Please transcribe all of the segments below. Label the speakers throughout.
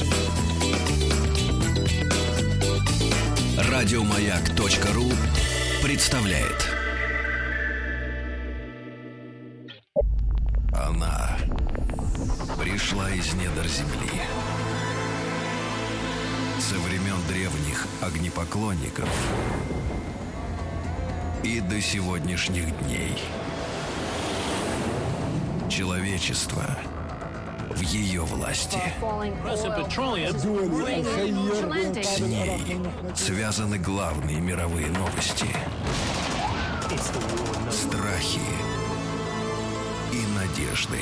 Speaker 1: Радиомаяк.ру представляет. Она пришла из недр земли. Со времен древних огнепоклонников и до сегодняшних дней. Человечество в ее власти. С ней связаны главные мировые новости, страхи и надежды.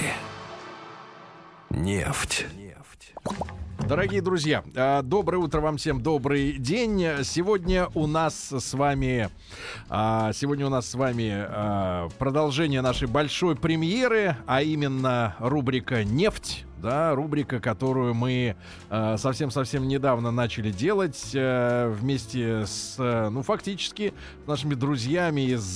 Speaker 1: Нефть.
Speaker 2: Дорогие друзья, доброе утро вам всем, добрый день. Сегодня у нас с вами продолжение нашей большой премьеры, а именно рубрика «Нефть». Да, рубрика, которую мы совсем-совсем недавно начали делать вместе с, фактически, нашими друзьями из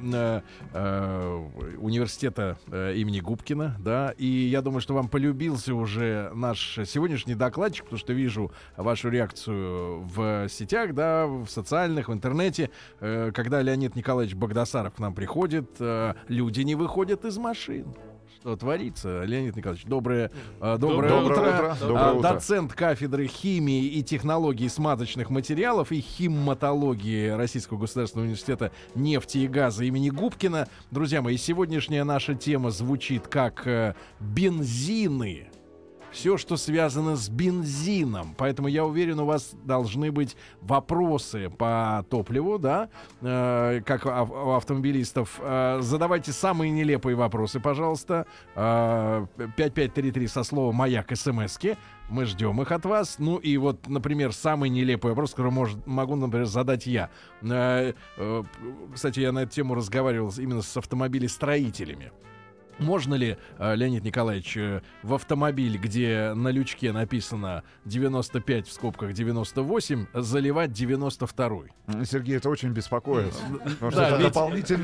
Speaker 2: университета имени Губкина, да, и я думаю, что вам полюбился уже наш сегодняшний докладчик, потому что вижу вашу реакцию в сетях, да, в социальных, в интернете, когда Леонид Николаевич Багдасаров к нам приходит, люди не выходят из машин. Что творится, Леонид Николаевич? Доброе утро. Доцент кафедры химии и технологий смазочных материалов и химматологии Российского государственного университета нефти и газа имени Губкина. Друзья мои, сегодняшняя наша тема звучит как бензины. Все, что связано с бензином. Поэтому я уверен, у вас должны быть вопросы по топливу, да, как у автомобилистов. Задавайте самые нелепые вопросы, пожалуйста. 5533 со словом «Маяк» смски. Мы ждем их от вас. Ну и вот, например, самый нелепый вопрос, который могу, например, задать я. Кстати, я на эту тему разговаривал именно с автомобилестроителями. Можно ли, Леонид Николаевич, в автомобиль, где на лючке написано 95 в скобках 98, заливать 92-й?
Speaker 3: Сергей, это очень беспокоит.
Speaker 2: Да, ведь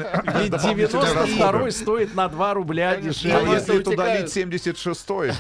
Speaker 2: 92-й стоит на 2 рубля дешевле.
Speaker 3: А если туда лить 76-й?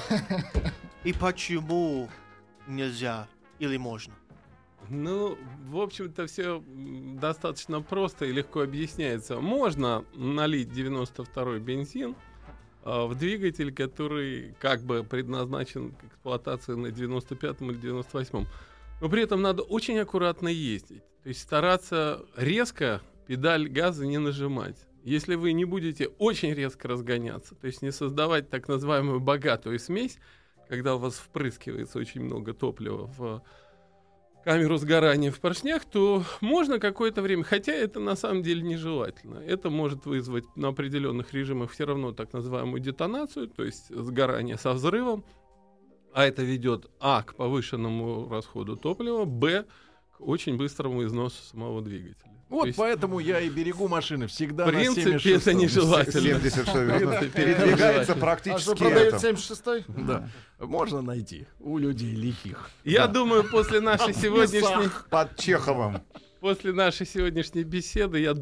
Speaker 4: И почему нельзя или можно?
Speaker 5: Ну, в общем-то, все достаточно просто и легко объясняется. Можно налить 92-й бензин в двигатель, который как бы предназначен к эксплуатации на 95-м или 98-м. Но при этом надо очень аккуратно ездить. То есть стараться резко педаль газа не нажимать. Если вы не будете очень резко разгоняться, то есть не создавать так называемую богатую смесь, когда у вас впрыскивается очень много топлива в камеру сгорания в поршнях, то можно какое-то время, хотя это на самом деле нежелательно. Это может вызвать на определенных режимах все равно так называемую детонацию, то есть сгорание со взрывом, а это ведет к повышенному расходу топлива, к очень быстрому износу самого двигателя.
Speaker 2: Вот поэтому я и берегу машины всегда на 76.
Speaker 5: В принципе, это нежелательно.
Speaker 3: 76 передвигается практически.
Speaker 4: А что продают 76-й?
Speaker 2: Да. Можно найти у людей лихих.
Speaker 5: Я думаю, после нашей сегодняшней...
Speaker 3: Под Чеховым.
Speaker 5: После нашей сегодняшней беседы, я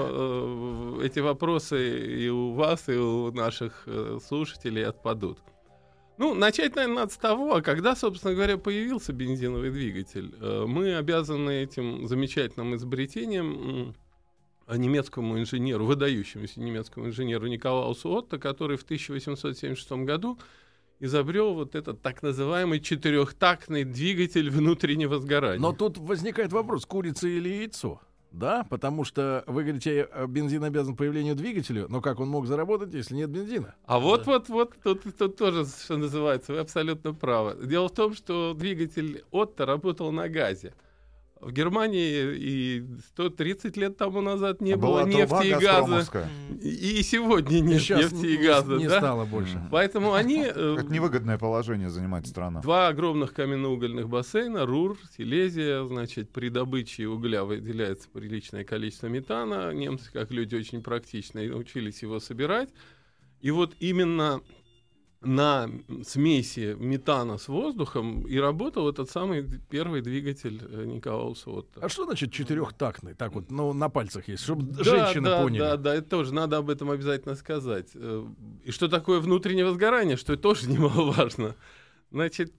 Speaker 5: думаю, эти вопросы и у вас, и у наших слушателей отпадут. Ну, начать, наверное, надо с того, когда, собственно говоря, появился бензиновый двигатель. Мы обязаны этим замечательным изобретением немецкому инженеру, выдающемуся немецкому инженеру Николаусу Отто, который в 1876 году изобрел вот этот так называемый четырехтактный двигатель внутреннего сгорания.
Speaker 2: Но тут возникает вопрос, курица или яйцо? Да, потому что вы говорите, бензин обязан появлению двигателя, но как он мог заработать, если нет бензина?
Speaker 5: А вот тут тоже, что называется, вы абсолютно правы. Дело в том, что двигатель Отто работал на газе. В Германии и 130 лет тому назад не было нефти и газа. И сегодня нет нефти и газа.
Speaker 2: Не стало больше.
Speaker 5: Поэтому они...
Speaker 3: Это невыгодное положение занимает страна.
Speaker 5: 2 огромных каменноугольных бассейна, Рур, Силезия. Значит, при добыче угля выделяется приличное количество метана. Немцы, как люди очень практичные, научились его собирать. И вот именно на смеси метана с воздухом и работал этот самый первый двигатель Николауса Отто.
Speaker 2: А что значит четырехтактный? Так вот, на пальцах есть, чтобы женщины поняли.
Speaker 5: Да, это тоже надо об этом обязательно сказать. И что такое внутреннее возгорание, что это тоже немаловажно. Значит,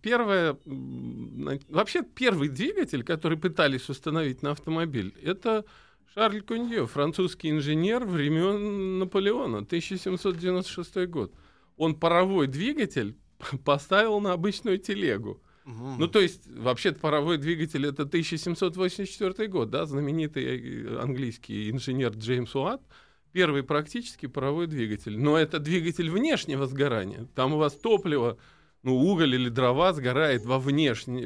Speaker 5: вообще первый двигатель, который пытались установить на автомобиль, это Шарль Кунье, французский инженер времен Наполеона, 1796 год. Он паровой двигатель поставил на обычную телегу. Ну, то есть, вообще-то паровой двигатель — это 1784 год, да, знаменитый английский инженер Джеймс Уатт, первый практически паровой двигатель. Но это двигатель внешнего сгорания. Там у вас топливо, уголь или дрова сгорает во внешней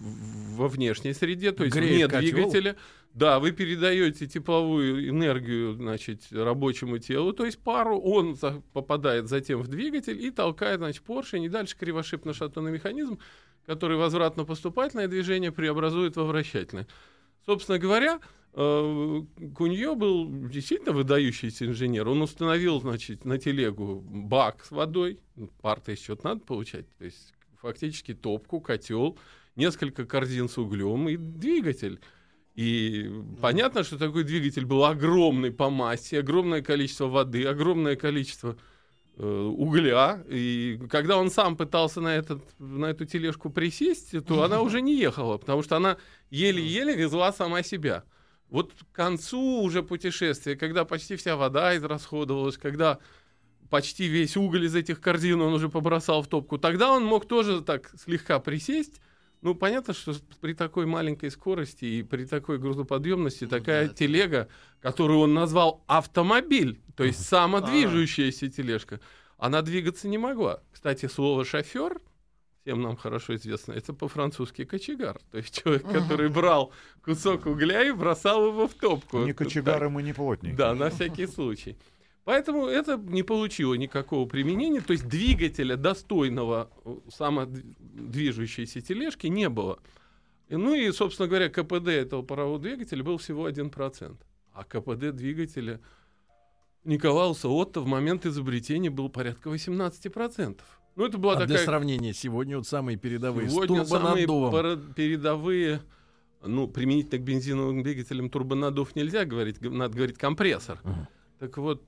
Speaker 5: среде, то есть вне двигателя. Да, вы передаете тепловую энергию, значит, рабочему телу, то есть пару, он попадает затем в двигатель и толкает, значит, поршень, и дальше кривошипно-шатунный механизм, который возвратно-поступательное движение преобразует во вращательное. Собственно говоря, Кунье был действительно выдающийся инженер. Он установил, значит, на телегу бак с водой, пар-то из чего-то надо получать, то есть фактически топку, котел, несколько корзин с углем и двигатель. И понятно, что такой двигатель был огромный по массе, огромное количество воды, огромное количество угля. И когда он сам пытался на эту тележку присесть, то она уже не ехала, потому что она еле-еле везла сама себя. Вот к концу уже путешествия, когда почти вся вода израсходовалась, когда почти весь уголь из этих корзин он уже побросал в топку, тогда он мог тоже так слегка присесть. Ну, понятно, что при такой маленькой скорости и при такой грузоподъемности такая телега, которую он назвал автомобиль, то есть самодвижущаяся тележка, она двигаться не могла. Кстати, слово «шофер», всем нам хорошо известно, это по-французски кочегар. То есть человек, который брал кусок угля и бросал его в топку.
Speaker 3: Не кочегары мы, не плотники.
Speaker 5: Да, на всякий случай. Поэтому это не получило никакого применения, то есть двигателя достойного самодвижущейся тележки не было. Ну и, собственно говоря, КПД этого парового двигателя был всего 1%. А КПД двигателя Николауса Отто в момент изобретения был порядка 18%. Ну, это была такая...
Speaker 2: Для сравнения, сегодня вот самые передовые
Speaker 5: сегодня
Speaker 2: с турбонаддувом.
Speaker 5: Самые передовые, применительно к бензиновым двигателям турбонаддув нельзя говорить, надо говорить компрессор. Так вот,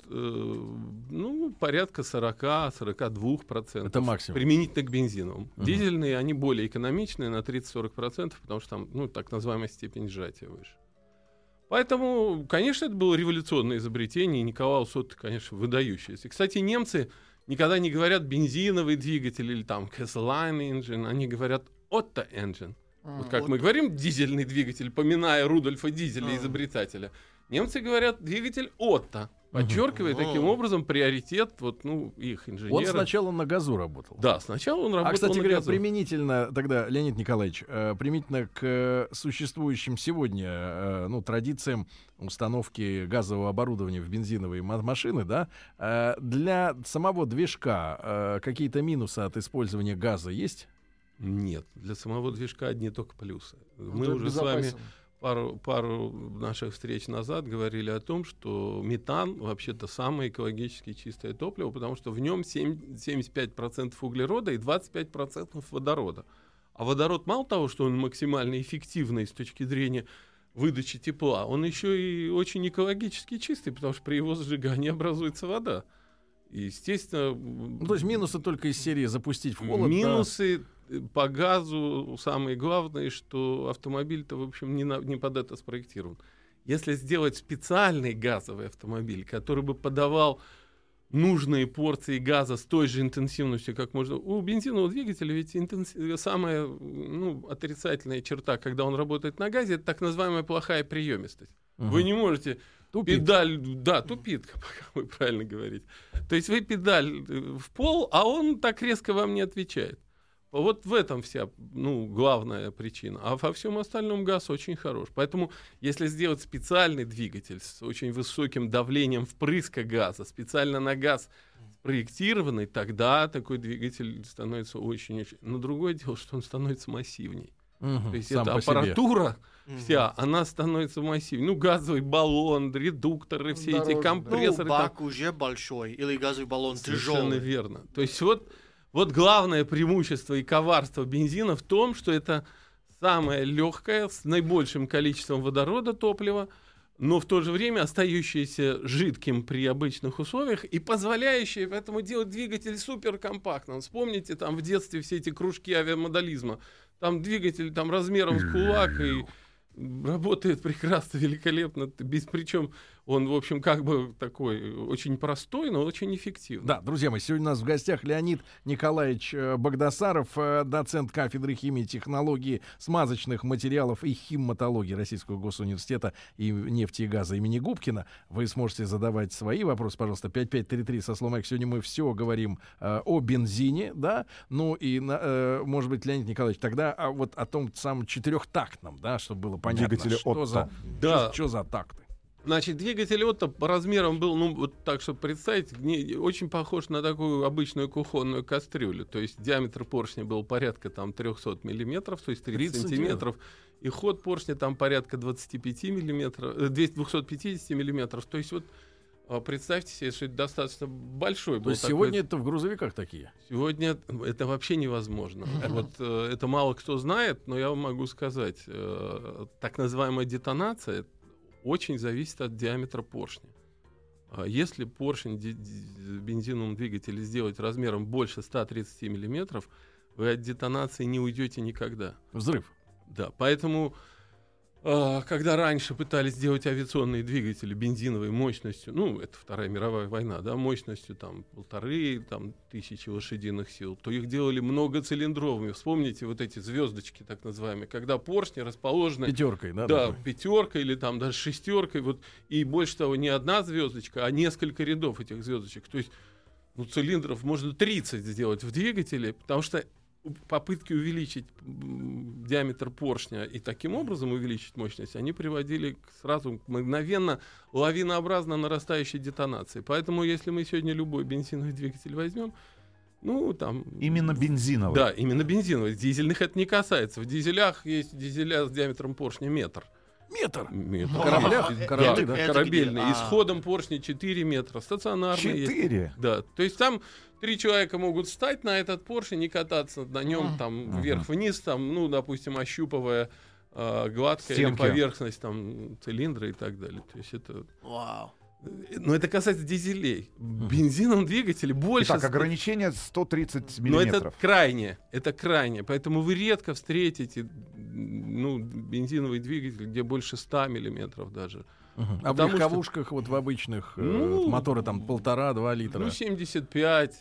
Speaker 5: порядка 40-42%.
Speaker 2: Это максимум.
Speaker 5: Применительно к бензиновым. Дизельные, они более экономичные, на 30-40%, потому что там, так называемая степень сжатия выше. Поэтому, конечно, это было революционное изобретение, и Николаус Отто, конечно, выдающийся. Кстати, немцы никогда не говорят бензиновый двигатель или там Gasoline engine, они говорят Otto engine. Вот как мы говорим дизельный двигатель, поминая Рудольфа Дизеля, изобретателя. Немцы говорят двигатель Отто, подчеркивая таким образом приоритет их инженера.
Speaker 2: Он сначала на газу работал.
Speaker 5: Да, сначала он работал
Speaker 2: кстати
Speaker 5: на
Speaker 2: говоря,
Speaker 5: газу.
Speaker 2: применительно тогда, Леонид Николаевич, применительно к существующим сегодня традициям установки газового оборудования в бензиновые машины, да, для самого движка какие-то минусы от использования газа есть?
Speaker 5: Нет, для самого движка одни только плюсы. Мы уже с вами пару наших встреч назад говорили о том, что метан вообще-то самое экологически чистое топливо, потому что в нем 75% углерода и 25% водорода. А водород мало того, что он максимально эффективный с точки зрения выдачи тепла, он еще и очень экологически чистый, потому что при его сжигании образуется вода. И, естественно...
Speaker 2: то есть минусы только из серии запустить в холод.
Speaker 5: Минусы по газу самое главное, что автомобиль-то, в общем, не под это спроектирован. Если сделать специальный газовый автомобиль, который бы подавал нужные порции газа с той же интенсивностью, как можно... У бензинового двигателя ведь самая отрицательная черта, когда он работает на газе, это так называемая плохая приемистость. Вы не можете... Педаль, тупит, как вы правильно говорите. То есть вы педаль в пол, а он так резко вам не отвечает. Вот в этом вся, главная причина. А во всем остальном газ очень хорош. Поэтому, если сделать специальный двигатель с очень высоким давлением впрыска газа, специально на газ спроектированный, тогда такой двигатель становится очень-очень... Но другое дело, что он становится массивней. То есть эта аппаратура вся, она становится массивней. Газовый баллон, редукторы, все эти компрессоры.
Speaker 4: Бак уже большой, или газовый баллон тяжелый.
Speaker 5: Совершенно верно. То есть вот главное преимущество и коварство бензина в том, что это самое легкое, с наибольшим количеством водорода топлива, но в то же время остающееся жидким при обычных условиях и позволяющее поэтому делать двигатель суперкомпактным. Вспомните там в детстве все эти кружки авиамоделизма. Там двигатель там размером с кулак и работает прекрасно, великолепно. Причем он, в общем, как бы такой очень простой, но очень эффективный.
Speaker 2: Да, друзья мои, сегодня у нас в гостях Леонид Николаевич Багдасаров, доцент кафедры химии, технологии, смазочных материалов и химматологии Российского госуниверситета и нефти и газа имени Губкина. Вы сможете задавать свои вопросы, пожалуйста, 5533 со словом «Эк». Сегодня мы все говорим о бензине, да, ну и, может быть, Леонид Николаевич, тогда вот о том самом четырехтактном, да, чтобы было понятно,
Speaker 3: Двигателе
Speaker 2: что
Speaker 3: Отто.
Speaker 2: что за такты.
Speaker 5: Значит, двигатель Отто по размерам был, ну, вот так, чтобы представить, очень похож на такую обычную кухонную кастрюлю. То есть диаметр поршня был порядка там 300 миллиметров, то есть 30 сантиметров. И ход поршня там порядка 25 миллиметров, 250 миллиметров. То есть вот представьте себе, что это достаточно большой был.
Speaker 2: То есть сегодня это в грузовиках такие?
Speaker 5: Сегодня это вообще невозможно. Вот это мало кто знает, но я вам могу сказать, так называемая детонация очень зависит от диаметра поршня. Если поршень в бензиновом двигателе сделать размером больше 130 мм, вы от детонации не уйдете никогда.
Speaker 2: Взрыв.
Speaker 5: Да, поэтому, когда раньше пытались сделать авиационные двигатели бензиновой мощностью, ну, это Вторая мировая война, да, мощностью там 1500 лошадиных сил, то их делали многоцилиндровыми. Вспомните вот эти звездочки, так называемые, когда поршни расположены...
Speaker 2: Пятеркой, да?
Speaker 5: Да,
Speaker 2: такой?
Speaker 5: пятеркой или там даже шестеркой. Вот, и больше того, не одна звездочка, а несколько рядов этих звездочек. То есть, ну, цилиндров можно 30 сделать в двигателе, потому что попытки увеличить диаметр поршня и таким образом увеличить мощность, они приводили сразу мгновенно лавинообразно нарастающей детонации. Поэтому, если мы сегодня любой бензиновый двигатель возьмем, ну, там...
Speaker 3: Именно бензиновый.
Speaker 5: Да, именно бензиновый. Дизельных это не касается. В дизелях есть дизеля с диаметром поршня метр.
Speaker 2: Метр.
Speaker 5: Корабли, да,
Speaker 4: Это
Speaker 5: корабельные.
Speaker 4: где?
Speaker 5: И с ходом поршня 4 метра. Стационарные.
Speaker 3: 4?
Speaker 5: Есть. Да. То есть там 3 человека могут встать на этот поршень и кататься на нем там вверх-вниз, там, ну, допустим, ощупывая гладкая или поверхность там цилиндра и так далее. То есть это...
Speaker 4: Вау.
Speaker 5: Но это касается дизелей. В бензиновом двигателе больше...
Speaker 3: Итак, ограничение 130
Speaker 5: Но
Speaker 3: миллиметров.
Speaker 5: это крайне. Поэтому вы редко встретите, ну, бензиновый двигатель, где больше 100 миллиметров даже.
Speaker 2: А в легковушках, вот в обычных, моторы там 1,5-2 литра?
Speaker 5: Ну, 75,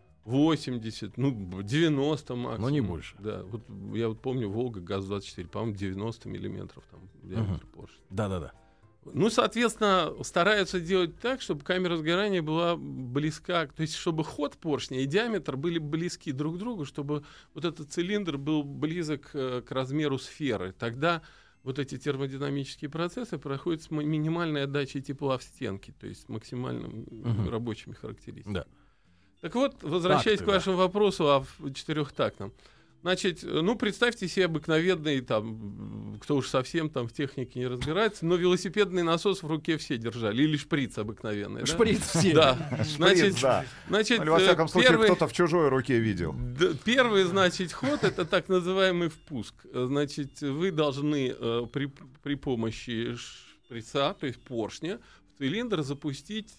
Speaker 5: 80, ну, 90 максимум.
Speaker 2: Но не больше.
Speaker 5: Да, вот я вот помню Волга ГАЗ-24, по-моему, 90 миллиметров там диаметр поршня.
Speaker 2: Да-да-да.
Speaker 5: Ну, соответственно, стараются делать так, чтобы камера сгорания была близка, то есть чтобы ход поршня и диаметр были близки друг к другу, чтобы вот этот цилиндр был близок к размеру сферы. Тогда вот эти термодинамические процессы проходят с минимальной отдачей тепла в стенки, то есть с максимальными рабочими характеристиками.
Speaker 2: Да.
Speaker 5: Так вот, возвращаясь к вашему вопросу о четырехтактном. Значит, ну, представьте себе обыкновенный, там, кто уж совсем там в технике не разбирается, но велосипедный насос в руке все держали, или шприц обыкновенный. Да?
Speaker 2: Шприц все.
Speaker 5: Да.
Speaker 3: Шприц, да.
Speaker 5: Значит,
Speaker 3: Или, во всяком случае, кто-то в чужой руке видел.
Speaker 5: Первый, значит, ход — это так называемый впуск. Значит, вы должны при помощи шприца, то есть поршня, в цилиндр запустить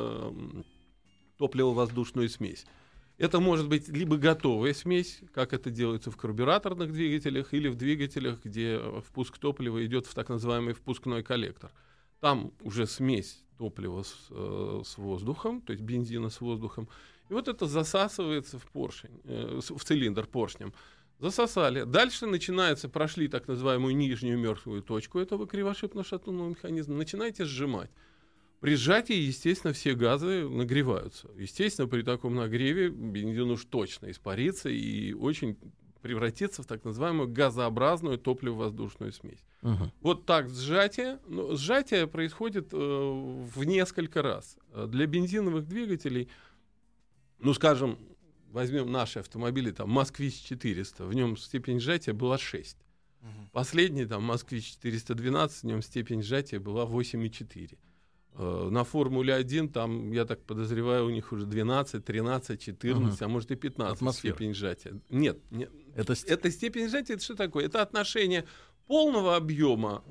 Speaker 5: топливо-воздушную смесь. Это может быть либо готовая смесь, как это делается в карбюраторных двигателях, или в двигателях, где впуск топлива идет в так называемый впускной коллектор. Там уже смесь топлива с воздухом, то есть бензина с воздухом, и вот это засасывается в поршень, в цилиндр поршнем. Засосали. Дальше прошли так называемую нижнюю мертвую точку этого кривошипно-шатунного механизма, начинаете сжимать. При сжатии, естественно, все газы нагреваются. Естественно, при таком нагреве бензин уж точно испарится и очень превратится в так называемую газообразную топливо-воздушную смесь. Вот так сжатие. Но сжатие происходит в несколько раз. Для бензиновых двигателей, ну, скажем, возьмем наши автомобили, там, «Москвич-400», в нем степень сжатия была 6. Последний, там, «Москвич-412», в нем степень сжатия была 8,4. На «Формуле-1», там, я так подозреваю, у них уже 12, 13, 14, а может и 15 степень сжатия. Нет. Это степень сжатия, это что такое? Это отношение полного объема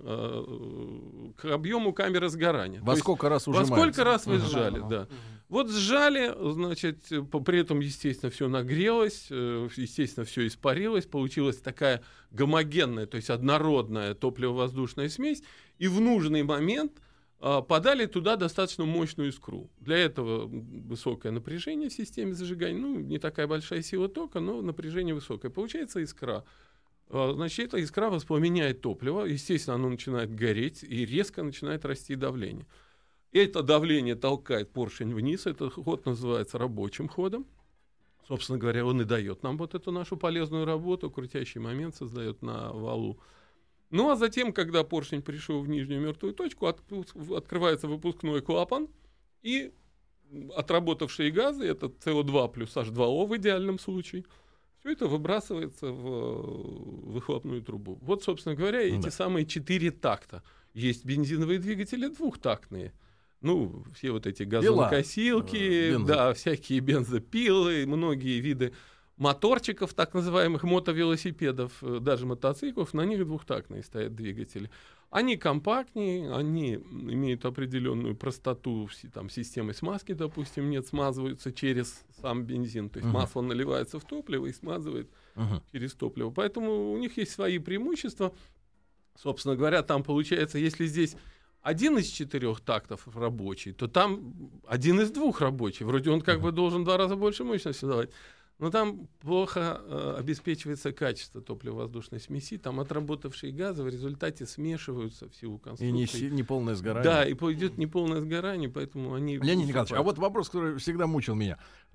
Speaker 5: к объему камеры сгорания.
Speaker 2: Во сколько раз ужимается?
Speaker 5: Во сколько раз вы сжали, да. Вот сжали, значит, при этом, естественно, все нагрелось, естественно, все испарилось, получилась такая гомогенная, то есть однородная топливо-воздушная смесь, и в нужный момент подали туда достаточно мощную искру. Для этого высокое напряжение в системе зажигания, ну, не такая большая сила тока, но напряжение высокое. Получается искра. Значит, эта искра воспламеняет топливо, естественно, оно начинает гореть, и резко начинает расти давление. Это давление толкает поршень вниз, этот ход называется рабочим ходом. Собственно говоря, он и дает нам вот эту нашу полезную работу, крутящий момент создает на валу. Ну а затем, когда поршень пришел в нижнюю мертвую точку, открывается выпускной клапан, и отработавшие газы, это СО2 плюс H2O в идеальном случае, все это выбрасывается в выхлопную трубу. Вот, собственно говоря, эти самые 4 такта. Есть бензиновые двигатели двухтактные. Ну, все вот эти газонокосилки, да, всякие бензопилы, многие виды моторчиков, так называемых мотовелосипедов, даже мотоциклов, на них двухтактные стоят двигатели. Они компактнее, они имеют определенную простоту, там системы смазки, допустим, нет, смазываются через сам бензин. То есть масло наливается в топливо и смазывает через топливо. Поэтому у них есть свои преимущества. Собственно говоря, там получается, если здесь 1 из 4 тактов рабочий, то там 1 из 2 рабочий. Вроде он как бы должен в 2 раза больше мощности давать. Но там плохо обеспечивается качество топливо-воздушной смеси. Там отработавшие газы в результате смешиваются в силу конструкции.
Speaker 2: И не полное сгорание.
Speaker 5: Да, и пойдет неполное сгорание, поэтому они...
Speaker 2: Леонид Николаевич, а вот вопрос, который всегда мучил меня.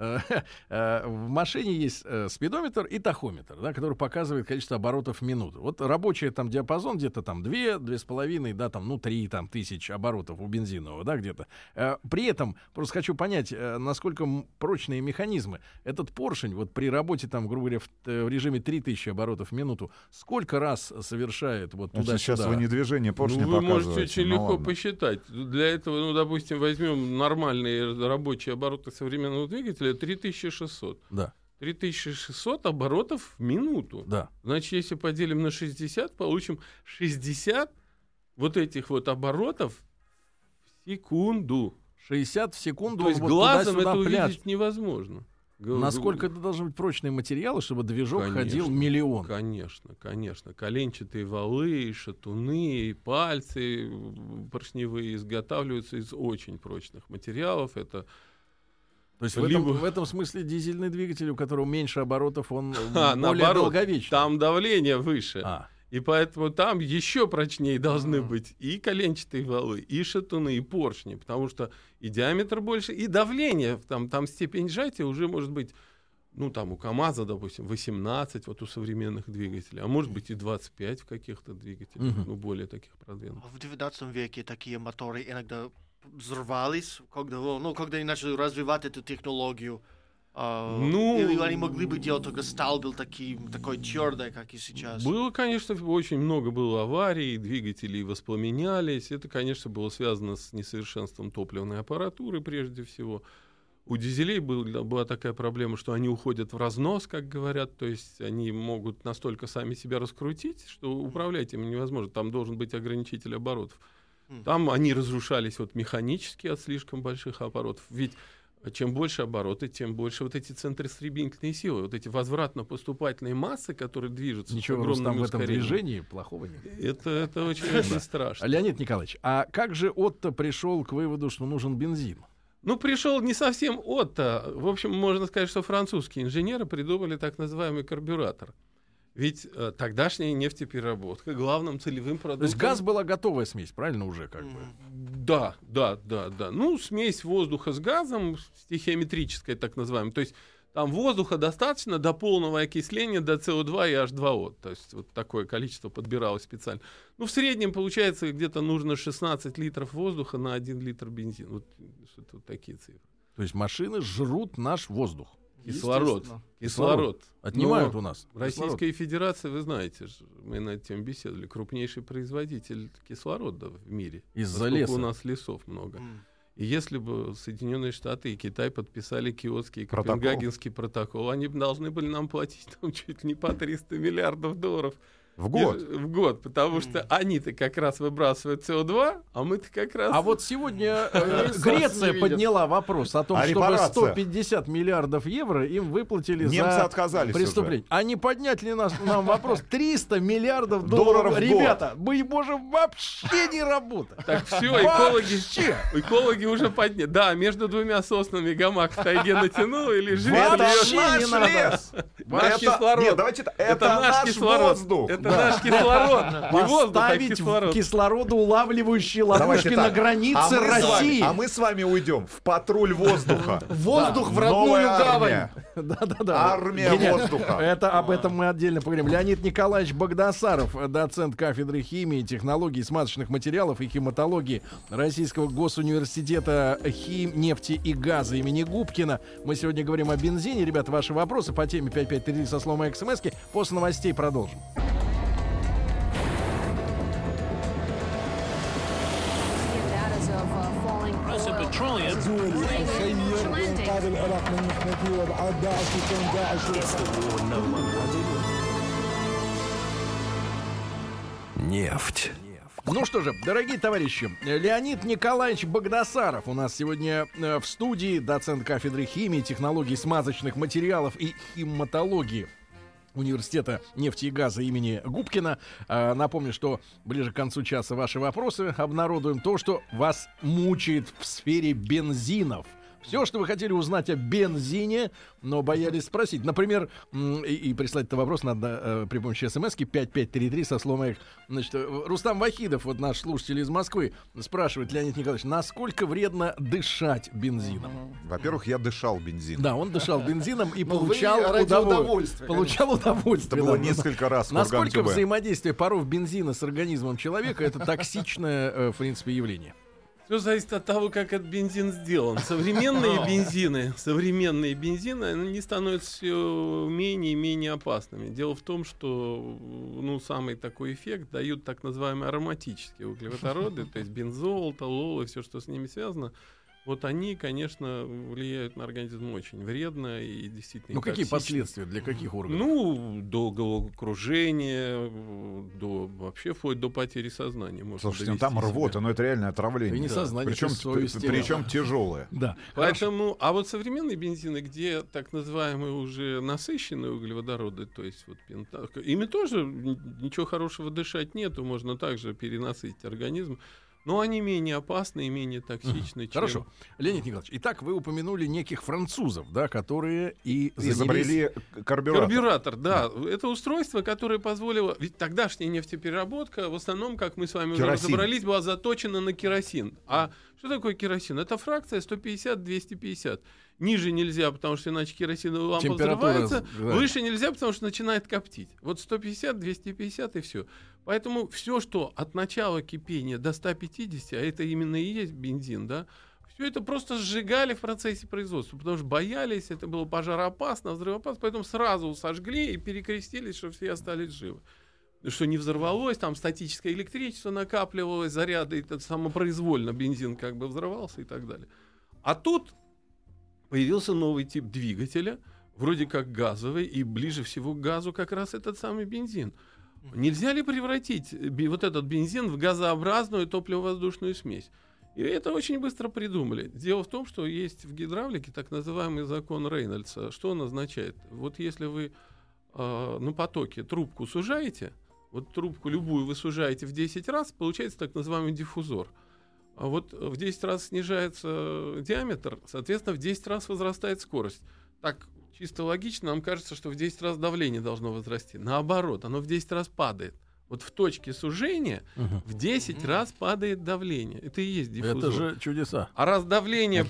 Speaker 2: В машине есть спидометр и тахометр, да, который показывает количество оборотов в минуту. Вот рабочий там диапазон где-то там 2-2,5, да, там, 3 там, тысяч оборотов у бензинового, да, где-то. При этом, просто хочу понять, насколько прочные механизмы. Этот поршень вот при работе, там, грубо говоря, в режиме 3000 оборотов в минуту, сколько раз совершает вот туда-сюда?
Speaker 3: Сейчас вы не движение поршня
Speaker 5: вы
Speaker 3: показываете.
Speaker 5: Можете очень легко посчитать. Для этого, допустим, возьмем нормальные рабочие обороты современного двигателя, 3600.
Speaker 2: Да.
Speaker 5: 3600 оборотов в минуту.
Speaker 2: Да.
Speaker 5: Значит, если поделим на 60, получим 60 вот этих вот оборотов в секунду.
Speaker 2: 60 в секунду.
Speaker 5: То есть
Speaker 2: вот
Speaker 5: глазом это
Speaker 2: пляж.
Speaker 5: увидеть невозможно.
Speaker 2: Насколько это должны быть прочные материалы, чтобы движок ходил миллион?
Speaker 5: Конечно, конечно. Коленчатые валы, шатуны, пальцы поршневые изготавливаются из очень прочных материалов. Это
Speaker 2: то есть в этом смысле дизельный двигатель, у которого меньше оборотов, он более долговечный.
Speaker 5: Там давление выше. И поэтому там еще прочнее должны быть и коленчатые валы, и шатуны, и поршни, потому что и диаметр больше, и давление, там степень сжатия уже может быть, ну там у КамАЗа, допустим, 18 вот у современных двигателей, а может быть и 25 в каких-то двигателях, ну более таких продвинутых.
Speaker 4: В 19 веке такие моторы иногда взорвались, когда они начали развивать эту технологию. Или они могли бы делать, только сталь был такой твердый, как и сейчас.
Speaker 5: Было, конечно, очень много было аварий, двигатели воспламенялись. Это, конечно, было связано с несовершенством топливной аппаратуры прежде всего. У дизелей была такая проблема, что они уходят в разнос, как говорят, то есть они могут настолько сами себя раскрутить, что управлять ими невозможно. Там должен быть ограничитель оборотов. Там они разрушались механически от слишком больших оборотов. Ведь чем больше обороты, тем больше вот эти центростремительные силы, вот эти возвратно-поступательные массы, которые движутся.
Speaker 2: Ничего
Speaker 5: с огромным
Speaker 2: в этом движении плохого нет.
Speaker 5: Это очень страшно.
Speaker 2: Леонид Николаевич, а как же Отто пришел к выводу, что нужен бензин?
Speaker 5: Ну, пришел не совсем Отто. В общем, можно сказать, что французские инженеры придумали так называемый карбюратор. Ведь тогдашняя нефтепереработка главным целевым продуктом...
Speaker 2: То есть газ была готовая смесь, правильно, уже как бы?
Speaker 5: Да. Ну, смесь воздуха с газом, стихиометрическая так называемая. То есть там воздуха достаточно до полного окисления, до СО2 и H2O. То есть вот такое количество подбиралось специально. Ну, в среднем, получается, где-то нужно 16 литров воздуха на 1 литр бензина. Вот что-то вот такие цифры.
Speaker 2: То есть машины жрут наш воздух.
Speaker 5: Кислород.
Speaker 2: Отнимают у нас.
Speaker 5: Российская Федерация, вы знаете, мы над этим беседовали, крупнейший производитель кислорода в мире.
Speaker 2: Из-за леса.
Speaker 5: У нас лесов много. И если бы Соединенные Штаты и Китай подписали Киотский и Копенгагенский протокол, они бы должны были нам платить там чуть ли не по $300 миллиардов.
Speaker 3: В год?
Speaker 5: В год, потому что они-то как раз выбрасывают СО2, а мы-то как раз...
Speaker 2: А вот сегодня Греция подняла вопрос о том, чтобы 150 миллиардов евро им выплатили за преступление. А не поднять ли нам вопрос 300 миллиардов долларов? Ребята, мы можем вообще не работать.
Speaker 5: Так все, экологи уже подняли. Да, между двумя соснами гамак в тайге натянул и лежит.
Speaker 3: Вообще не надо.
Speaker 5: Наш кислород.
Speaker 3: Нет, давайте это наш воздух.
Speaker 5: Это наш кислород.
Speaker 2: Поставить кислородоулавливающие ловушки на границе России.
Speaker 3: А мы с вами уйдем в патруль воздуха.
Speaker 4: Воздух в родную гавань.
Speaker 2: Да.
Speaker 3: Армия воздуха.
Speaker 2: Это об этом мы отдельно поговорим. Леонид Николаевич Богдасаров, доцент кафедры химии, технологий, смазочных материалов и химатологии Российского госуниверситета нефти и газа имени Губкина. Мы сегодня говорим о бензине. Ребята, ваши вопросы по теме 5533 со словом СМСки. После новостей продолжим.
Speaker 1: Нефть.
Speaker 2: Ну что же, дорогие товарищи, Леонид Николаевич Богдасаров у нас сегодня в студии, доцент кафедры химии, технологий смазочных материалов и химатологии Университета нефти и газа имени Губкина. Напомню, что ближе к концу часа ваши вопросы обнародуем. То, что вас мучает в сфере бензинов. Все, что вы хотели узнать о бензине, но боялись спросить. Например, и прислать этот вопрос надо при помощи смс-ки 5533 со словом «Эх». Значит, Рустам Вахидов, вот наш слушатель из Москвы, спрашивает, Леонид Николаевич, насколько вредно дышать бензином?
Speaker 3: Во-первых, я дышал бензином.
Speaker 2: Да, он дышал бензином и получал удовольствие.
Speaker 3: Это было несколько раз.
Speaker 2: Насколько взаимодействие паров бензина с организмом человека — это токсичное, в принципе, явление?
Speaker 5: Все зависит от того, как этот бензин сделан. Современные бензины, они становятся все менее и менее опасными. Дело в том, что самый такой эффект дают так называемые ароматические углеводороды, то есть бензол, толол и все, что с ними связано. Вот они, конечно, влияют на организм очень вредно и действительно.
Speaker 2: Ну, какие последствия для каких органов?
Speaker 5: До головокружения, вообще вплоть до потери сознания.
Speaker 3: Слушайте, там рвота, но это реальное отравление.
Speaker 2: Не сознание,
Speaker 3: причем тяжелое.
Speaker 2: Да.
Speaker 5: Поэтому, а вот современные бензины, где так называемые уже насыщенные углеводороды, то есть вот ими тоже ничего хорошего дышать нету, можно также перенасытить организм. Но они менее опасны и менее токсичны.
Speaker 2: Хорошо. Леонид Николаевич, итак, вы упомянули неких французов, да, которые
Speaker 3: изобрели карбюратор.
Speaker 5: Карбюратор, да. Это устройство, которое позволило... Ведь тогдашняя нефтепереработка, в основном, как мы с вами уже разобрались, была заточена на керосин. А что такое керосин? Это фракция 150-250. Ниже нельзя, потому что иначе керосиновая лампа взрывается. Выше нельзя, потому что начинает коптить. Вот 150, 250 и все. Поэтому все, что от начала кипения до 150, а это именно и есть бензин, да, все это просто сжигали в процессе производства, потому что боялись, это было пожароопасно, взрывоопасно, поэтому сразу сожгли и перекрестились, чтобы все остались живы. Что не взорвалось, там статическое электричество накапливалось, заряды, это самопроизвольно бензин как бы взрывался и так далее. А тут появился новый тип двигателя, вроде как газовый, и ближе всего к газу как раз этот самый бензин. Нельзя ли превратить вот этот бензин в газообразную топливо-воздушную смесь? И это очень быстро придумали. Дело в том, что есть в гидравлике так называемый закон Рейнольдса. Что он означает? Вот если вы на потоке трубку сужаете, вот трубку любую вы сужаете в 10 раз, получается так называемый диффузор. А вот в 10 раз снижается диаметр, соответственно, в 10 раз возрастает скорость. Так, чисто логично, нам кажется, что в 10 раз давление должно возрасти. Наоборот, оно в 10 раз падает. Вот в точке сужения в 10 раз падает давление. Это и есть диффузор.
Speaker 2: Это же чудеса.
Speaker 5: А раз давление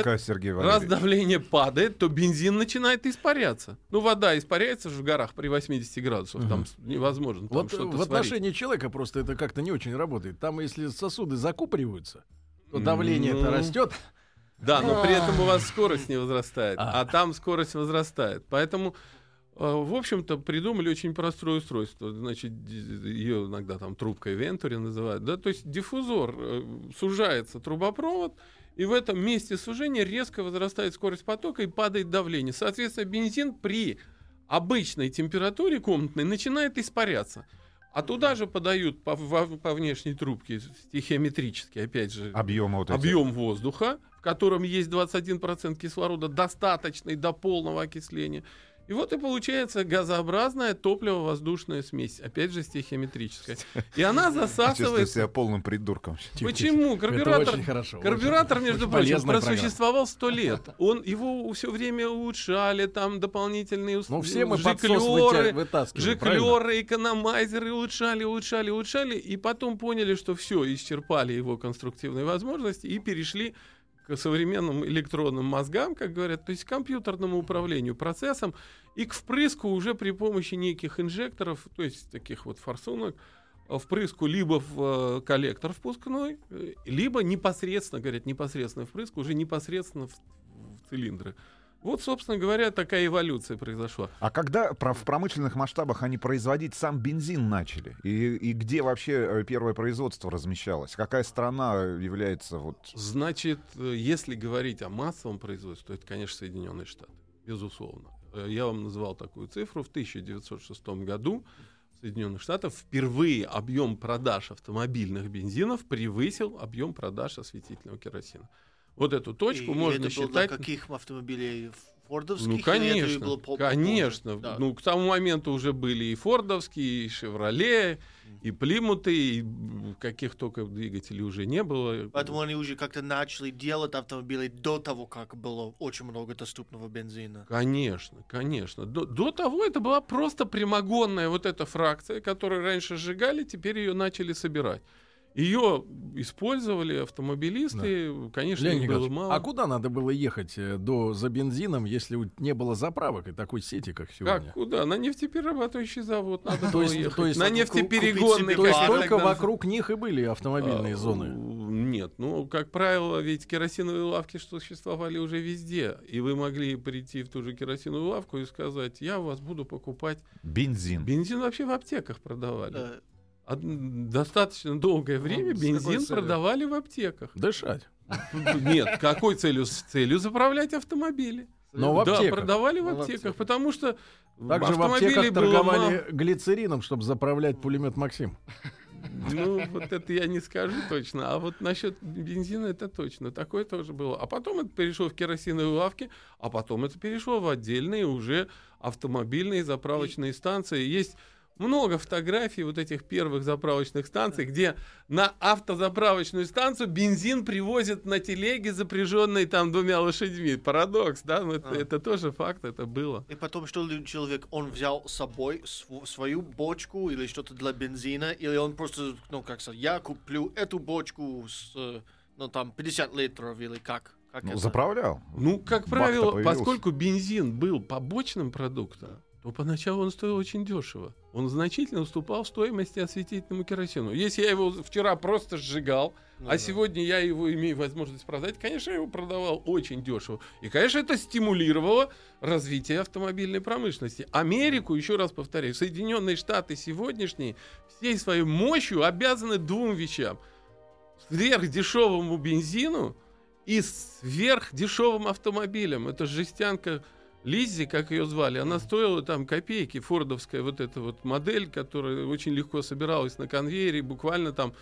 Speaker 5: падает, то бензин начинает испаряться. Ну, вода испаряется же в горах при 80 градусах. Там невозможно. Там
Speaker 2: вот в отношении человека просто это как-то не очень работает. Там, если сосуды закупориваются, то давление-то растет.
Speaker 5: Да, но при этом у вас скорость не возрастает, а там скорость возрастает. Поэтому, в общем-то, придумали очень простое устройство. Значит, ее иногда там трубкой Вентури называют. Да? То есть диффузор, сужается трубопровод, и в этом месте сужения резко возрастает скорость потока и падает давление. Соответственно, бензин при обычной температуре комнатной начинает испаряться. А туда же подают по внешней трубке стихиометрически, опять же, объем воздуха, в котором есть 21% кислорода, достаточный до полного окисления. И вот и получается газообразная топливо-воздушная смесь, опять же стихиометрическая. И она засасывается...
Speaker 3: Чувствую себя полным придурком.
Speaker 5: Почему? Карбюратор, между прочим, просуществовал 100 лет. Его все время улучшали, там дополнительные жиклеры, экономайзеры улучшали, и потом поняли, что все, исчерпали его конструктивные возможности и перешли к современным электронным мозгам, как говорят, то есть к компьютерному управлению процессом и к впрыску уже при помощи неких инжекторов, то есть таких вот форсунок, впрыску либо в коллектор впускной, либо непосредственно впрыск уже непосредственно в цилиндры. Вот, собственно говоря, такая эволюция произошла.
Speaker 3: А когда в промышленных масштабах они производить сам бензин начали? И где вообще первое производство размещалось? Какая страна является вот...
Speaker 5: Значит, если говорить о массовом производстве, то это, конечно, Соединенные Штаты, безусловно. Я вам назвал такую цифру. В 1906 году в Соединенных Штатах впервые объем продаж автомобильных бензинов превысил объем продаж осветительного керосина. Вот эту точку можно
Speaker 4: это
Speaker 5: считать...
Speaker 4: Было для каких автомобилей? Фордовских?
Speaker 5: Ну, конечно,
Speaker 4: было
Speaker 5: конечно.
Speaker 4: Да.
Speaker 5: Ну, к тому моменту уже были и фордовские, и Шевроле, и Плимуты, и каких только двигателей уже не было.
Speaker 4: Поэтому они уже как-то начали делать автомобили до того, как было очень много доступного бензина.
Speaker 5: Конечно. До того это была просто прямогонная вот эта фракция, которую раньше сжигали, теперь ее начали собирать. Ее использовали автомобилисты, да. Конечно, их было мало.
Speaker 2: А куда надо было ехать за бензином, если не было заправок и такой сети, как сегодня?
Speaker 5: Как куда? На нефтеперерабатывающий завод надо было ехать.
Speaker 2: То есть
Speaker 5: на нефтеперегонный.
Speaker 2: То есть только вокруг них и были автомобильные зоны?
Speaker 5: Нет, как правило, ведь керосиновые лавки существовали уже везде. И вы могли прийти в ту же керосиновую лавку и сказать: я у вас буду покупать
Speaker 3: бензин.
Speaker 5: Бензин вообще в аптеках продавали. Достаточно долгое время бензин продавали в аптеках.
Speaker 2: Дышать.
Speaker 5: Нет, какой целью? С целью заправлять автомобили.
Speaker 2: Но в аптеках.
Speaker 5: Да, продавали в аптеках, потому что
Speaker 2: также в аптеках торговали глицерином, чтобы заправлять пулемет «Максим».
Speaker 5: Ну, вот это я не скажу точно. А вот насчет бензина это точно. Такое тоже было. А потом это перешло в керосиновые лавки, а потом это перешло в отдельные уже автомобильные заправочные станции. Есть много фотографий вот этих первых заправочных станций, где на автозаправочную станцию бензин привозят на телеге, запряженной там 2 лошадьми. Парадокс, да? Но это тоже факт, это было.
Speaker 4: И потом, что человек, он взял с собой свою бочку или что-то для бензина, или он просто, я куплю эту бочку с, 50 литров, или как?
Speaker 3: Заправлял.
Speaker 5: Как правило, поскольку бензин был побочным продуктом, то поначалу он стоил очень дешево. Он значительно уступал в стоимости осветительному керосину. Если я его вчера просто сжигал, сегодня я его имею возможность продать, конечно, я его продавал очень дешево. И, конечно, это стимулировало развитие автомобильной промышленности. Америку, еще раз повторяю, Соединенные Штаты сегодняшние всей своей мощью обязаны 2 вещам. Сверхдешевому бензину и сверхдешевым автомобилям. Это жестянка Лиззи, как ее звали, она стоила там копейки, фордовская вот эта вот модель, которая очень легко собиралась на конвейере, буквально там,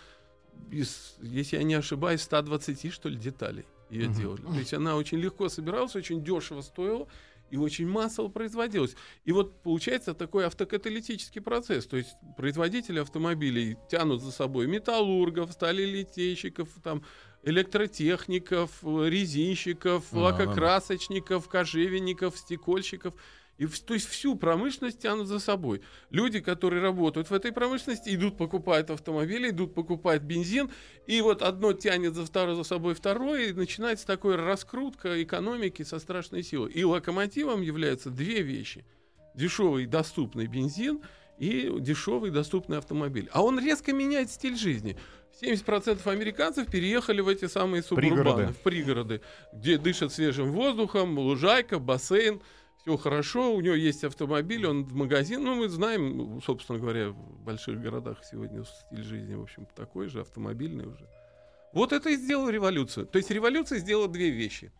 Speaker 5: если я не ошибаюсь, 120, что ли, деталей ее делали. То есть она очень легко собиралась, очень дешево стоила и очень массово производилась. И вот получается такой автокаталитический процесс. То есть производители автомобилей тянут за собой металлургов, сталелитейщиков, там, электротехников, резинщиков, лакокрасочников, кожевенников, стекольщиков. То есть всю промышленность тянут за собой. Люди, которые работают в этой промышленности, идут покупают автомобили, идут покупают бензин, и вот одно тянет за собой второе, и начинается такая раскрутка экономики со страшной силой. И локомотивом являются 2 вещи. Дешевый доступный бензин и дешевый доступный автомобиль. А он резко меняет стиль жизни. 70% американцев переехали в эти самые субурбаны, в пригороды, где дышат свежим воздухом, лужайка, бассейн, все хорошо, у него есть автомобиль, он в магазин. Мы знаем, собственно говоря, в больших городах сегодня стиль жизни, в общем, такой же, автомобильный уже. Вот это и сделало революцию. То есть революция сделала 2 вещи.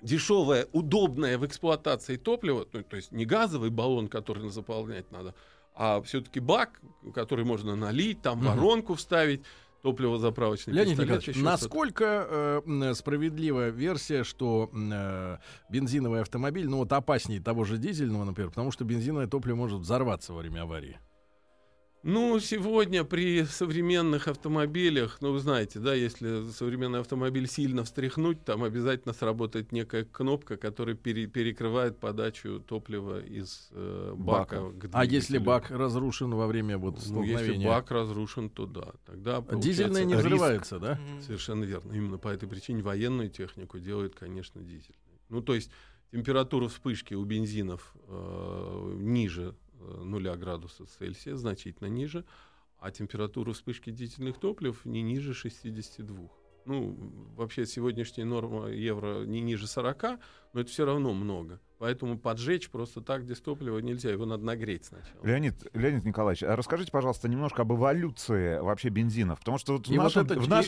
Speaker 5: Дешевое, удобное в эксплуатации топливо, то есть не газовый баллон, который заполнять надо, А все-таки бак, который можно налить, там воронку вставить, топливозаправочный
Speaker 2: Леонид
Speaker 5: пистолет.
Speaker 2: Николаевич, насколько справедлива версия, что бензиновый автомобиль, ну вот опаснее того же дизельного, например, потому что бензиновое топливо может взорваться во время аварии?
Speaker 5: Ну, сегодня при современных автомобилях, ну, вы знаете, да, если современный автомобиль сильно встряхнуть, там обязательно сработает некая кнопка, которая перекрывает подачу топлива из бака к двигателю.
Speaker 2: А если бак разрушен во время вот столкновения?
Speaker 5: Ну, если бак разрушен, то да. Тогда
Speaker 2: дизельный не взрывается, да?
Speaker 5: Совершенно верно. Именно по этой причине военную технику делают, конечно, дизельный. Ну, то есть температура вспышки у бензинов ниже 0 градусов Цельсия, значительно ниже, а температура вспышки дизельных топлив не ниже 62. Ну, вообще сегодняшняя норма евро не ниже 40, но это все равно много. Поэтому поджечь просто так дистопливо нельзя, его надо нагреть сначала.
Speaker 3: Леонид Николаевич, а расскажите, пожалуйста, немножко об эволюции вообще бензинов. Потому что вот в нашем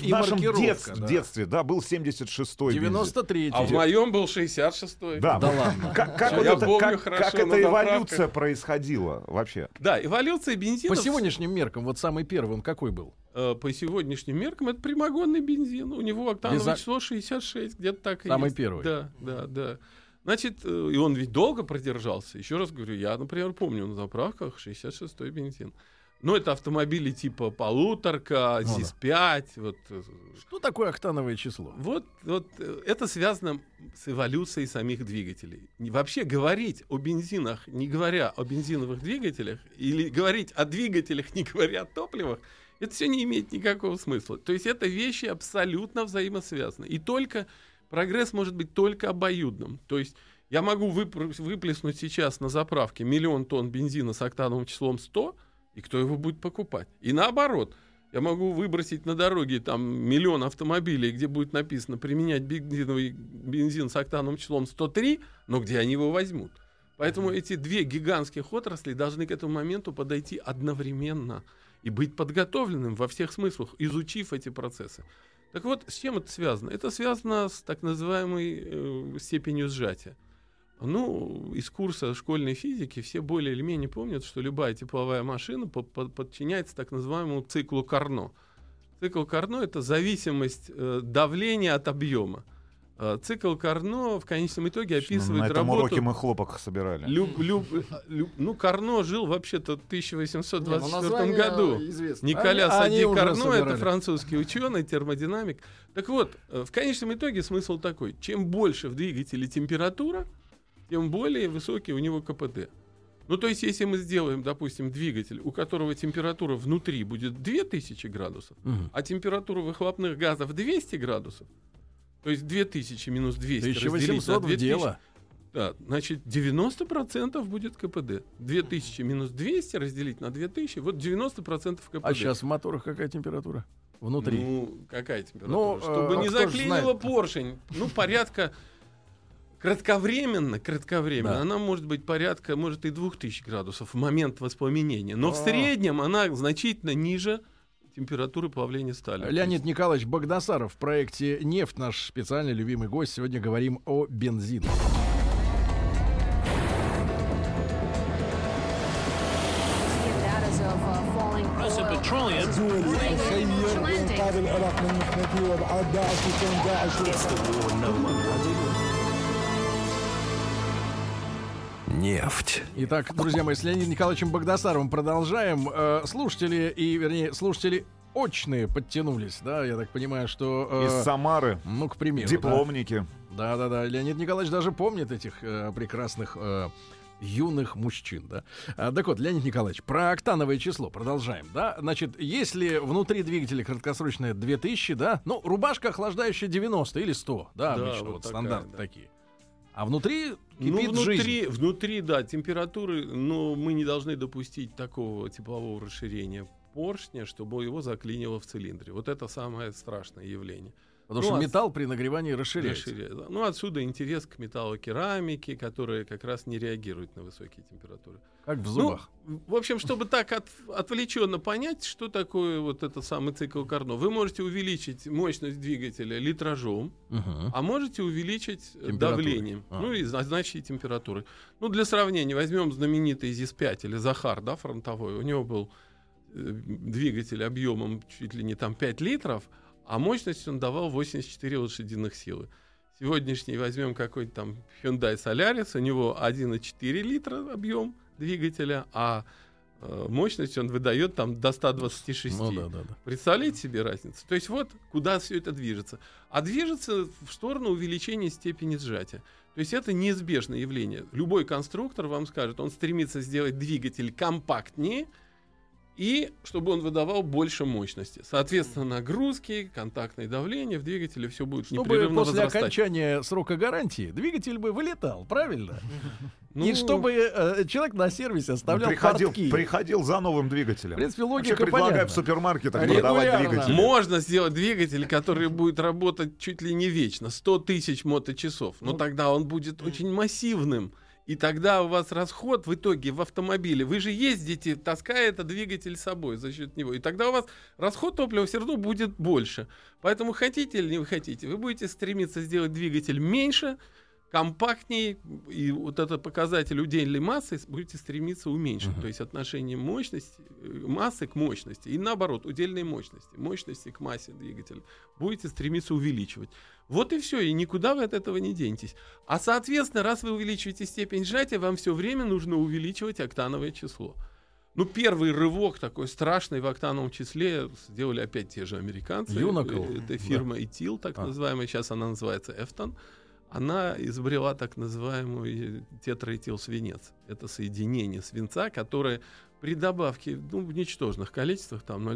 Speaker 3: детстве да, был 76-й
Speaker 2: 93-й.
Speaker 5: А в моем был 66-й.
Speaker 3: Да,
Speaker 2: ладно.
Speaker 3: Как эта эволюция происходила вообще?
Speaker 5: Да, эволюция бензинов...
Speaker 2: По сегодняшним меркам, вот самый первый, он какой был?
Speaker 5: По сегодняшним меркам это прямогонный бензин. У него октановое число 66, где-то так и
Speaker 2: самый
Speaker 5: есть.
Speaker 2: Первый?
Speaker 5: Да. Значит, и он ведь долго продержался. Еще раз говорю, я, например, помню на заправках 66-й бензин. Но это автомобили типа полуторка, ЗИС-5. Вот.
Speaker 2: Что такое октановое число?
Speaker 5: Вот это связано с эволюцией самих двигателей. Вообще говорить о бензинах, не говоря о бензиновых двигателях, или говорить о двигателях, не говоря о топливах, это все не имеет никакого смысла. То есть это вещи абсолютно взаимосвязаны. И прогресс может быть только обоюдным. То есть я могу выплеснуть сейчас на заправке 1 000 000 тонн бензина с октановым числом 100, и кто его будет покупать? И наоборот, я могу выбросить на дороге там 1 000 000 автомобилей, где будет написано применять бензин с октановым числом 103, но где они его возьмут? Поэтому эти две гигантских отрасли должны к этому моменту подойти одновременно и быть подготовленным во всех смыслах, изучив эти процессы. Так вот, с чем это связано? Это связано с так называемой степенью сжатия. Ну, из курса школьной физики все более или менее помнят, что любая тепловая машина подчиняется так называемому циклу Карно. Цикл Карно — это зависимость давления от объема. Цикл Карно в конечном итоге описывает
Speaker 3: на этом
Speaker 5: работу...
Speaker 3: уроке мы хлопок собирали.
Speaker 5: Карно жил вообще-то в 1824 году.
Speaker 2: Известно.
Speaker 5: Николя Сади Карно — это французский ученый, термодинамик. Так вот, в конечном итоге смысл такой. Чем больше в двигателе температура, тем более высокий у него КПД. Ну, то есть, если мы сделаем, допустим, двигатель, у которого температура внутри будет 2000 градусов, а температура выхлопных газов 200 градусов, то есть 2000 минус 200 разделить на 2000,
Speaker 2: дело.
Speaker 5: Да, значит, 90% будет КПД. 2000 минус 200 разделить на 2000, вот 90% КПД.
Speaker 2: А сейчас в моторах какая температура? Внутри?
Speaker 5: Ну, какая температура?
Speaker 2: Ну,
Speaker 5: чтобы не заклинило поршень. Ну, порядка... Кратковременно, да. Она может быть порядка, может и 2000 градусов в момент воспламенения. Но в среднем она значительно ниже температуры плавления стали.
Speaker 2: Леонид Николаевич Багдасаров в проекте «Нефть», наш специальный любимый гость. Сегодня говорим о бензине.
Speaker 1: Нефть.
Speaker 2: Итак, друзья мои, с Леонидом Николаевичем Багдасаровым продолжаем. Слушатели очные подтянулись, да, я так понимаю, что...
Speaker 3: Из Самары.
Speaker 2: Ну, к примеру.
Speaker 3: Дипломники.
Speaker 2: Да. Леонид Николаевич даже помнит этих прекрасных юных мужчин, да. Так вот, Леонид Николаевич, про октановое число продолжаем, да. Значит, если внутри двигателя краткосрочное 2000, да, ну, рубашка охлаждающая 90 или 100, да, обычно, вот стандарты такие. А внутри кипит жизнь.
Speaker 5: Внутри, да, температуры, но мы не должны допустить такого теплового расширения поршня, чтобы его заклинило в цилиндре. Вот это самое страшное явление.
Speaker 2: Потому что металл при нагревании расширяется.
Speaker 5: Да. Ну, отсюда интерес к металлокерамике, которая как раз не реагирует на высокие температуры.
Speaker 2: Как в зубах.
Speaker 5: Ну, в общем, чтобы так отвлеченно понять, что такое вот этот самый цикл Карно, вы можете увеличить мощность двигателя литражом, а можете увеличить давлением, ну и значит температурой. Ну, для сравнения, возьмем знаменитый ЗИС-5 или Захар, да, фронтовой. У него был двигатель объемом чуть ли не там 5 литров, а мощность он давал 84 лошадиных силы. Сегодняшний возьмем какой-то там Hyundai Solaris, у него 1,4 литра объем двигателя, а мощность он выдает там до 126.
Speaker 2: Ну, да.
Speaker 5: Представляете себе разницу? То есть вот куда все это движется. А движется в сторону увеличения степени сжатия. То есть это неизбежное явление. Любой конструктор вам скажет, он стремится сделать двигатель компактнее, и чтобы он выдавал больше мощности. Соответственно, нагрузки, контактное давление в двигателе все будет непрерывно возрастать.
Speaker 2: После окончания срока гарантии двигатель бы вылетал, правильно? И чтобы человек на сервисе оставлял портки.
Speaker 3: Приходил за новым двигателем.
Speaker 2: В принципе, логика
Speaker 3: предлагаю в супермаркетах продавать двигатели.
Speaker 5: Можно сделать двигатель, который будет работать чуть ли не вечно, 100 тысяч моточасов. Но тогда он будет очень массивным. И тогда у вас расход в итоге в автомобиле. Вы же ездите, таская этот двигатель с собой за счет него. И тогда у вас расход топлива все равно будет больше. Поэтому хотите или не хотите, вы будете стремиться сделать двигатель меньше, компактнее. И вот этот показатель удельной массы будете стремиться уменьшить. То есть отношение мощности, массы к мощности. И наоборот, удельной мощности к массе двигателя будете стремиться увеличивать. Вот и все, и никуда вы от этого не денетесь. А соответственно, раз вы увеличиваете степень сжатия, вам все время нужно увеличивать октановое число. Ну, первый рывок такой страшный в октановом числе сделали опять те же американцы.
Speaker 2: Unical.
Speaker 5: Это фирма Ethyl, так называемая, сейчас она называется Efton. Она изобрела так называемый тетраэтилсвинец. Это соединение свинца, которое при добавке в ничтожных количествах, там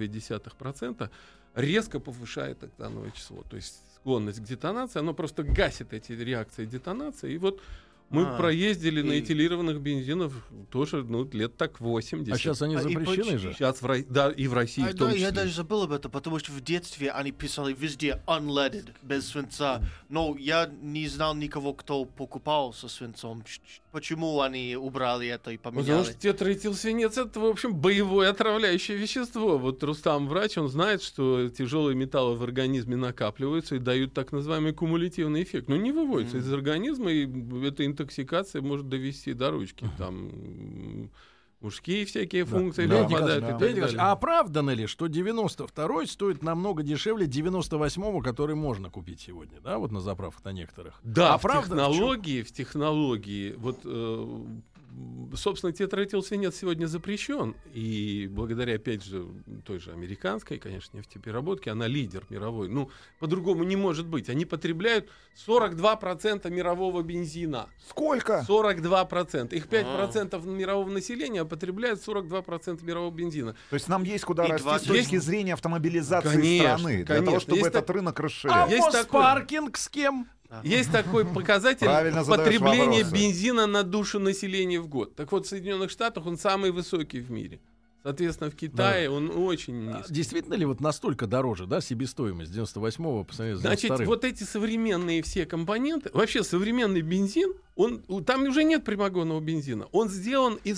Speaker 5: 0,2%, резко повышает октановое число. То есть склонность к детонации, оно просто гасит эти реакции детонации. И вот мы проездили на этилированных бензинах тоже лет так 80.
Speaker 2: А сейчас они запрещены же?
Speaker 5: Сейчас и в России в том числе.
Speaker 4: Я даже забыл об этом, потому что в детстве они писали везде unleaded, без свинца. Но я не знал никого, кто покупал со свинцом. Почему они убрали это и поменяли?
Speaker 5: Потому что тетраэтилсвинец — это, в общем, боевое отравляющее вещество. Вот Рустам врач, он знает, что тяжелые металлы в организме накапливаются и дают так называемый кумулятивный эффект. Но не выводятся из организма, и эта интоксикация может довести до ручки. Там мужские всякие функции пропадают.
Speaker 2: А оправдано ли, что 92-й стоит намного дешевле 98-го, который можно купить сегодня, да, вот на заправках на некоторых?
Speaker 5: Да, в технологии, вот, собственно, тетраэтилсвинец сегодня запрещен, и благодаря, опять же, той же американской, конечно, нефтепереработке, она лидер мировой. Ну, по-другому не может быть. Они потребляют 42% мирового бензина.
Speaker 3: Сколько?
Speaker 5: 42%. Их 5% мирового населения потребляют 42% мирового бензина.
Speaker 3: То есть нам есть куда расти с точки зрения автомобилизации страны, для того, чтобы этот рынок расширять.
Speaker 2: А Моспаркинг с кем?
Speaker 5: Есть такой показатель потребления бензина на душу населения в год. Так вот, в Соединенных Штатах он самый высокий в мире. Соответственно, в Китае он очень низкий.
Speaker 2: Действительно ли вот настолько дороже, да, себестоимость 98-го по сравнению с 92-м?
Speaker 5: Значит, вот эти современные все компоненты, вообще современный бензин, там уже нет прямогонного бензина. Он сделан из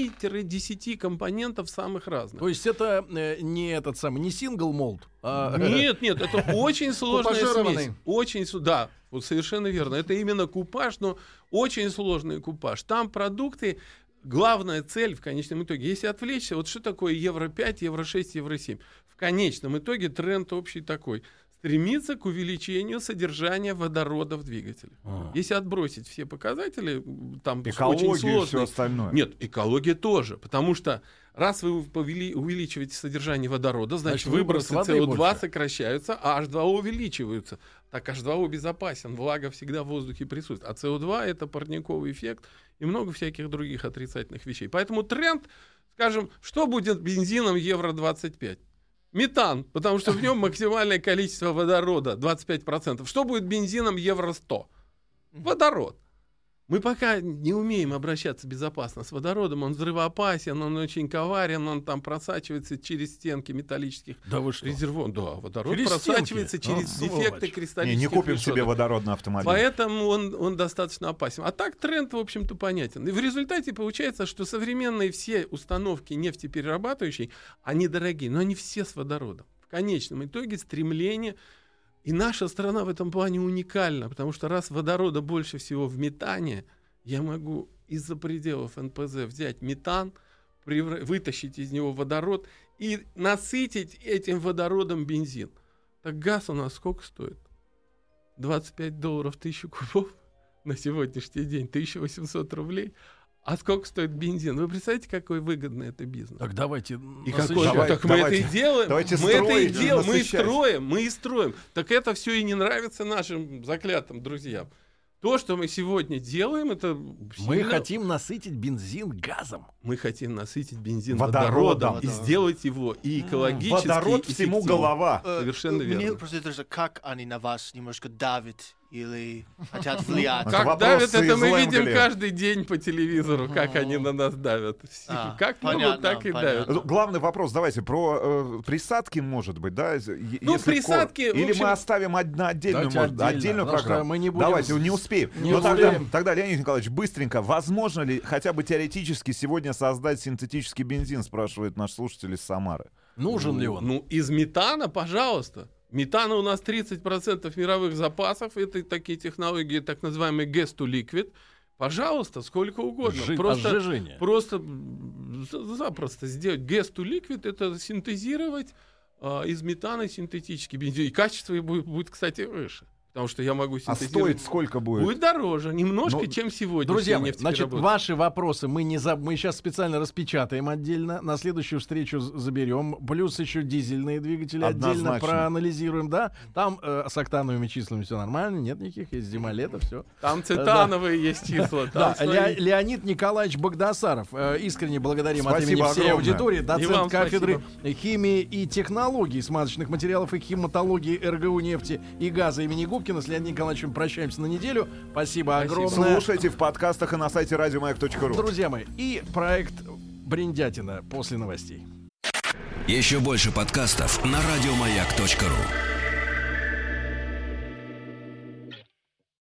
Speaker 5: 8-10 компонентов самых разных.
Speaker 2: То есть это не сингл молд?
Speaker 5: Нет, это очень сложная смесь. Да, вот совершенно верно. Это именно купаж, но очень сложный купаж. Там продукты. Главная цель в конечном итоге, если отвлечься, вот что такое Евро-5, Евро-6, Евро-7? В конечном итоге тренд общий такой. Стремиться к увеличению содержания водорода в двигателе. Если отбросить все показатели, там
Speaker 3: экологию
Speaker 5: очень сложно.
Speaker 3: И все остальное.
Speaker 5: Нет, экология тоже. Потому что раз вы увеличиваете содержание водорода, значит выбросы СО2 сокращаются, а H2O увеличиваются. Так H2O безопасен, влага всегда в воздухе присутствует. А СО2 — это парниковый эффект и много всяких других отрицательных вещей. Поэтому тренд, скажем, что будет бензином Евро-25? Метан, потому что в нем максимальное количество водорода, 25%. Что будет бензином Евро-100? Водород. Мы пока не умеем обращаться безопасно с водородом. Он взрывоопасен, он очень коварен, он там просачивается через стенки металлических резервуаров. Да, водород через просачивается через дефекты кристаллических.
Speaker 3: Не купим себе водородный автомобиль.
Speaker 5: Поэтому он достаточно опасен. А так тренд, в общем-то, понятен. И в результате получается, что современные все установки нефтеперерабатывающие, они дорогие, но они все с водородом. В конечном итоге стремление... И наша страна в этом плане уникальна, потому что раз водорода больше всего в метане, я могу из-за пределов НПЗ взять метан, вытащить из него водород и насытить этим водородом бензин. Так газ у нас сколько стоит? $25 1000 кубов на сегодняшний день, 1800 рублей. А сколько стоит бензин? Вы представляете, какой выгодный это бизнес?
Speaker 2: Так давайте.
Speaker 5: И какой? Так мы это и делаем. Мы это и делаем. Мы и строим. Так это все и не нравится нашим заклятым друзьям. То, что мы сегодня делаем, это...
Speaker 2: Мы хотим насытить бензин газом.
Speaker 5: Мы хотим насытить бензин водородом и сделать его и экологически,
Speaker 3: водород всему голова.
Speaker 5: Совершенно верно.
Speaker 4: Мне просто интересно, как они на вас немножко давят или хотят влиять.
Speaker 5: Как давят, это мы видим каждый день по телевизору, как они на нас давят. Как могут, так и давят.
Speaker 3: Главный вопрос, давайте, про присадки, может быть, да?
Speaker 5: Ну, присадки...
Speaker 3: Или мы оставим отдельную программу?
Speaker 2: Мы не будем...
Speaker 3: Давайте, не успеем. Тогда, Леонид Николаевич, быстренько, возможно ли хотя бы теоретически сегодня создать синтетический бензин, спрашивает наш слушатель из Самары.
Speaker 2: Нужен ли он?
Speaker 5: Ну, из метана, пожалуйста. Метана у нас 30% мировых запасов. Это такие технологии, так называемый gas to liquid. Пожалуйста, сколько угодно. Просто запросто сделать gas to liquid, это синтезировать из метана синтетический бензин. И качество будет, кстати, выше. Потому что я могу синтезировать.
Speaker 3: А стоит сколько будет?
Speaker 5: Будет дороже, немножко, чем сегодня.
Speaker 2: Друзья мои, значит, ваши вопросы мы сейчас специально распечатаем отдельно, на следующую встречу заберем, плюс еще дизельные двигатели отдельно проанализируем, да? Там с октановыми числами все нормально, нет никаких, есть зима, лето, все.
Speaker 5: Там цитановые есть числа.
Speaker 2: Леонид Николаевич Багдасаров, искренне благодарим от имени всей аудитории, доцент кафедры химии и технологий смазочных материалов и химатологии РГУ нефти и газа имени Губкина. С Леонидом Николаевичем прощаемся на неделю. Спасибо огромное.
Speaker 3: Слушайте в подкастах и на сайте радиомаяк.ру.
Speaker 2: Друзья мои, и проект «Бриндятина» после новостей.
Speaker 1: Еще больше подкастов на радиомаяк.ру.